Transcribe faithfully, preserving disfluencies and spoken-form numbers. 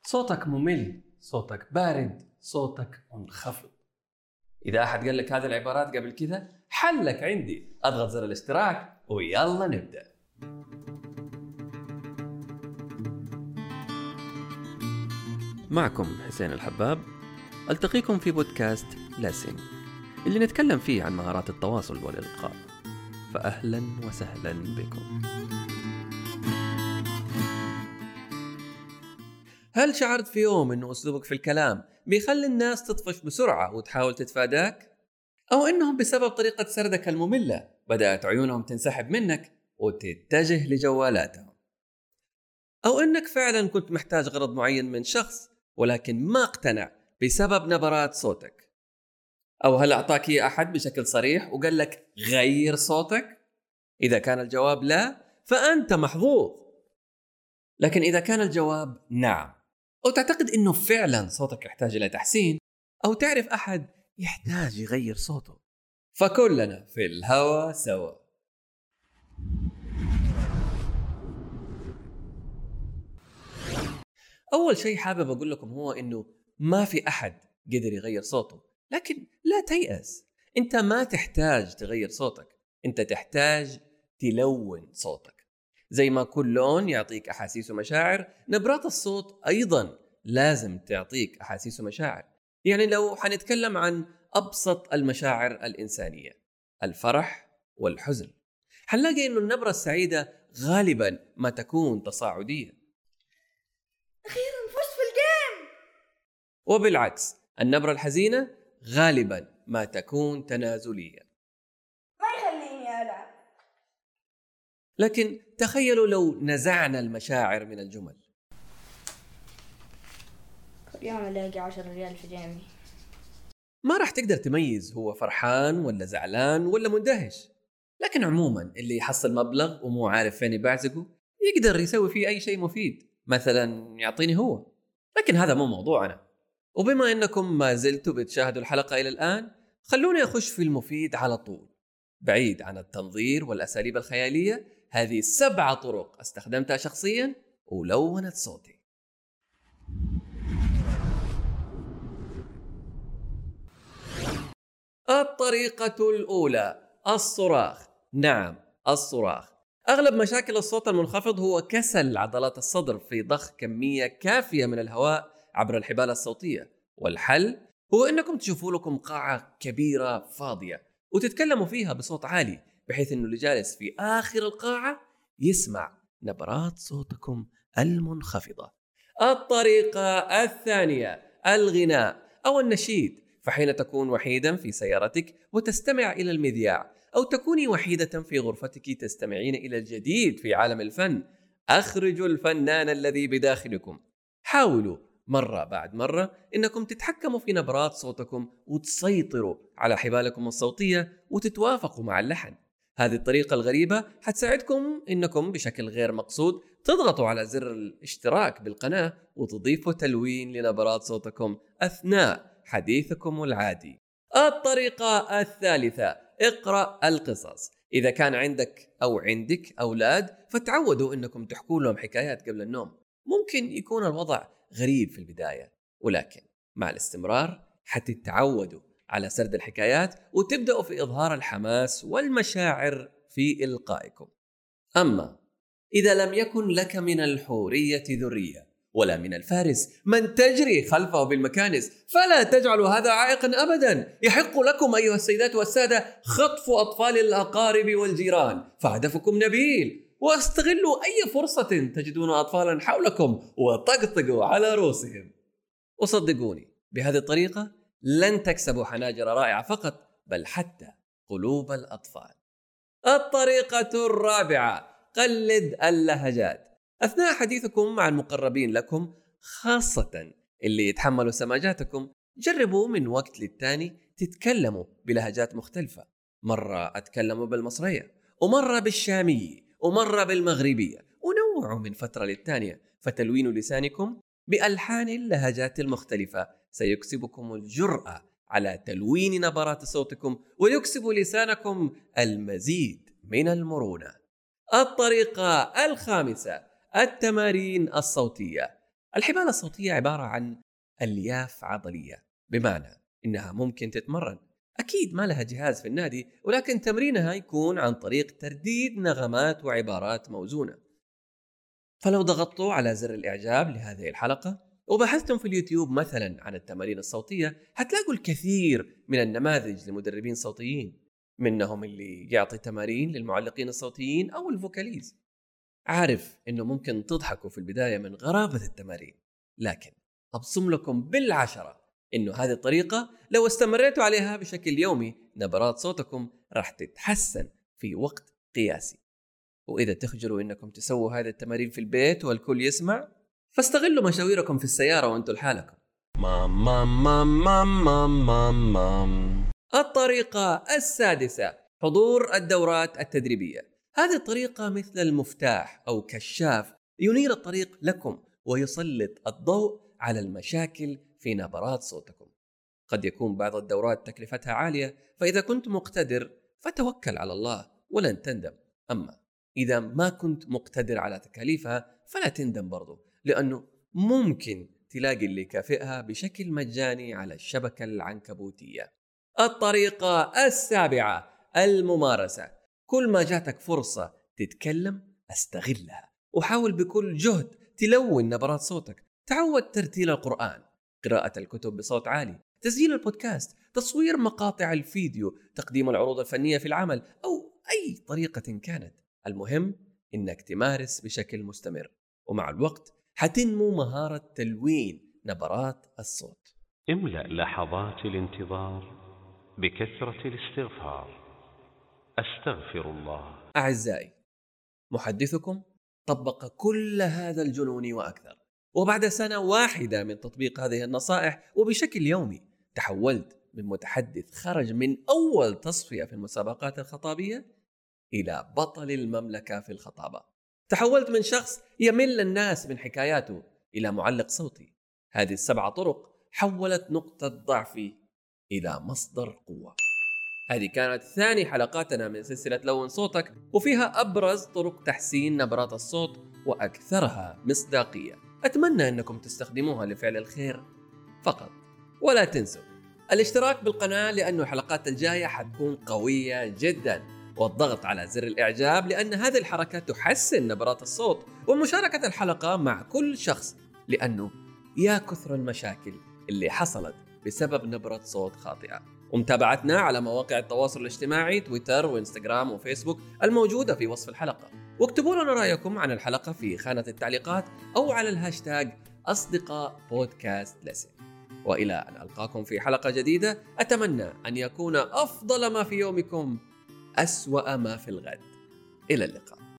صوتك ممل، صوتك بارد، صوتك منخفض. إذا أحد قال لك هذه العبارات قبل كذا، حلك عندي، أضغط زر الاشتراك ويلا نبدأ. معكم حسين الحباب، ألتقيكم في بودكاست لاسين اللي نتكلم فيه عن مهارات التواصل والإلقاء. فأهلا وسهلا بكم. هل شعرت في يوم أنه أسلوبك في الكلام بيخلي الناس تطفش بسرعة وتحاول تتفاداك؟ أو أنهم بسبب طريقة سردك المملة بدأت عيونهم تنسحب منك وتتجه لجوالاتهم؟ أو أنك فعلا كنت محتاج غرض معين من شخص ولكن ما اقتنع بسبب نبرات صوتك؟ أو هل أعطاك إياه أحد بشكل صريح وقال لك غير صوتك؟ إذا كان الجواب لا فأنت محظوظ. لكن إذا كان الجواب نعم، أو تعتقد أنه فعلا صوتك يحتاج إلى تحسين، أو تعرف أحد يحتاج يغير صوته، فكلنا في الهوا سوا. أول شيء حابب أقول لكم هو أنه ما في أحد قدر يغير صوته، لكن لا تيأس. أنت ما تحتاج تغير صوتك، أنت تحتاج تلون صوتك. زي ما كل لون يعطيك أحاسيس ومشاعر، نبرات الصوت أيضا لازم تعطيك أحاسيس ومشاعر. يعني لو حنتكلم عن أبسط المشاعر الإنسانية، الفرح والحزن، حنلاقي أنه النبرة السعيدة غالبا ما تكون تصاعدية، أخيراً فزت في الجيم. وبالعكس النبرة الحزينة غالبا ما تكون تنازلية. ما يخليني ألعب. لكن تخيلوا لو نزعنا المشاعر من الجمل. كل يوم ألاقي عشرة ريال في جيمي. ما راح تقدر تميز هو فرحان ولا زعلان ولا مندهش. لكن عموما اللي يحصل مبلغ ومو عارف فين يبعزقه يقدر يسوي فيه أي شيء مفيد، مثلا يعطيني هو. لكن هذا مو موضوعنا. وبما أنكم ما زلتوا بتشاهدوا الحلقة إلى الآن، خلوني أخش في المفيد على طول. بعيد عن التنظير والأساليب الخيالية، هذه سبعة طرق استخدمتها شخصيا ولونت صوتي. الطريقة الأولى، الصراخ. نعم، الصراخ. أغلب مشاكل الصوت المنخفض هو كسل عضلات الصدر في ضخ كمية كافية من الهواء عبر الحبال الصوتية. والحل هو أنكم تشوفوا لكم قاعة كبيرة فاضية وتتكلموا فيها بصوت عالي، بحيث أنه اللي جالس في آخر القاعة يسمع نبرات صوتكم المنخفضة. الطريقة الثانية، الغناء أو النشيد. فحين تكون وحيدا في سيارتك وتستمع إلى المذياع، أو تكوني وحيدة في غرفتك تستمعين إلى الجديد في عالم الفن، أخرجوا الفنان الذي بداخلكم. حاولوا مرة بعد مرة إنكم تتحكموا في نبرات صوتكم وتسيطروا على حبالكم الصوتية وتتوافقوا مع اللحن. هذه الطريقة الغريبة حتساعدكم إنكم بشكل غير مقصود تضغطوا على زر الاشتراك بالقناة وتضيفوا تلوين لنبرات صوتكم أثناء حديثكم العادي. الطريقة الثالثة، اقرأ القصص. إذا كان عندك أو عندك أولاد فتعودوا إنكم تحكوا لهم حكايات قبل النوم. ممكن يكون الوضع غريب في البداية، ولكن مع الاستمرار حتتعودوا على سرد الحكايات وتبدأوا في إظهار الحماس والمشاعر في إلقائكم. أما إذا لم يكن لك من الحورية ذرية ولا من الفارس من تجري خلفه بالمكانس، فلا تجعلوا هذا عائقا أبدا. يحق لكم أيها السيدات والسادة خطف أطفال الأقارب والجيران، فهدفكم نبيل. واستغلوا أي فرصة تجدون أطفالا حولكم وطقطقوا على رؤوسهم. وصدقوني بهذه الطريقة لن تكسبوا حناجر رائعة فقط، بل حتى قلوب الأطفال. الطريقة الرابعة، قلد اللهجات. أثناء حديثكم مع المقربين لكم، خاصة اللي يتحملوا سماجاتكم، جربوا من وقت للتاني تتكلموا بلهجات مختلفة. مرة أتكلموا بالمصرية، ومرة بالشامية، ومرة بالمغربية، ونوعوا من فترة للتانية. فتلوين لسانكم بألحان اللهجات المختلفة سيكسبكم الجرأة على تلوين نبرات صوتكم ويكسب لسانكم المزيد من المرونة. الطريقة الخامسة، التمارين الصوتية. الحبال الصوتية عبارة عن ألياف عضلية، بمعنى إنها ممكن تتمرن. أكيد ما لها جهاز في النادي، ولكن تمرينها يكون عن طريق ترديد نغمات وعبارات موزونة. فلو ضغطتوا على زر الإعجاب لهذه الحلقة وبحثتم في اليوتيوب مثلا عن التمارين الصوتية، هتلاقوا الكثير من النماذج لمدربين صوتيين، منهم اللي يعطي تمارين للمعلقين الصوتيين أو الفوكاليز. عارف إنه ممكن تضحكوا في البداية من غرابة التمارين، لكن أبصم لكم بالعشرة إنه هذه الطريقة لو استمريتوا عليها بشكل يومي نبرات صوتكم راح تتحسن في وقت قياسي. وإذا تخجلوا إنكم تسووا هذه التمارين في البيت والكل يسمع، فاستغلوا مشاويركم في السيارة وأنتوا لحالكم. مام مام مام مام مام مام مام. الطريقة السادسة، حضور الدورات التدريبية. هذه الطريقة مثل المفتاح أو كشاف ينير الطريق لكم ويسلط الضوء على المشاكل في نبرات صوتكم. قد يكون بعض الدورات تكلفتها عالية، فإذا كنت مقتدر فتوكل على الله ولن تندم. أما إذا ما كنت مقتدر على تكاليفها فلا تندم برضو، لأنه ممكن تلاقي اللي كافئها بشكل مجاني على الشبكة العنكبوتية. الطريقة السابعة، الممارسة. كل ما جاتك فرصة تتكلم استغلها، وحاول بكل جهد تلون نبرات صوتك. تعود ترتيل القرآن، قراءة الكتب بصوت عالي، تسجيل البودكاست، تصوير مقاطع الفيديو، تقديم العروض الفنية في العمل، أو أي طريقة كانت. المهم إنك تمارس بشكل مستمر، ومع الوقت حتنمو مهارة تلوين نبرات الصوت. املأ لحظات الانتظار بكثرة الاستغفار. أستغفر الله. أعزائي، محدثكم طبق كل هذا الجنون وأكثر، وبعد سنة واحدة من تطبيق هذه النصائح وبشكل يومي تحولت من متحدث خرج من أول تصفية في المسابقات الخطابية إلى بطل المملكة في الخطابة. تحولت من شخص يمل الناس من حكاياته إلى معلق صوتي. هذه السبع طرق حولت نقطة ضعفي إلى مصدر قوة. هذه كانت ثاني حلقاتنا من سلسلة لون صوتك، وفيها أبرز طرق تحسين نبرات الصوت وأكثرها مصداقية. أتمنى أنكم تستخدموها لفعل الخير فقط. ولا تنسوا الاشتراك بالقناة، لأن الحلقات الجاية حتكون قوية جدا، والضغط على زر الإعجاب لأن هذه الحركة تحسن نبرات الصوت، ومشاركة الحلقة مع كل شخص، لأنه يا كثر المشاكل اللي حصلت بسبب نبرة صوت خاطئة. ومتابعتنا على مواقع التواصل الاجتماعي تويتر وإنستغرام وفيسبوك الموجودة في وصف الحلقة، واكتبوا لنا رأيكم عن الحلقة في خانة التعليقات أو على الهاشتاج أصدقاء بودكاست لسن. وإلى أن ألقاكم في حلقة جديدة، أتمنى أن يكون أفضل ما في يومكم أسوأ ما في الغد. إلى اللقاء.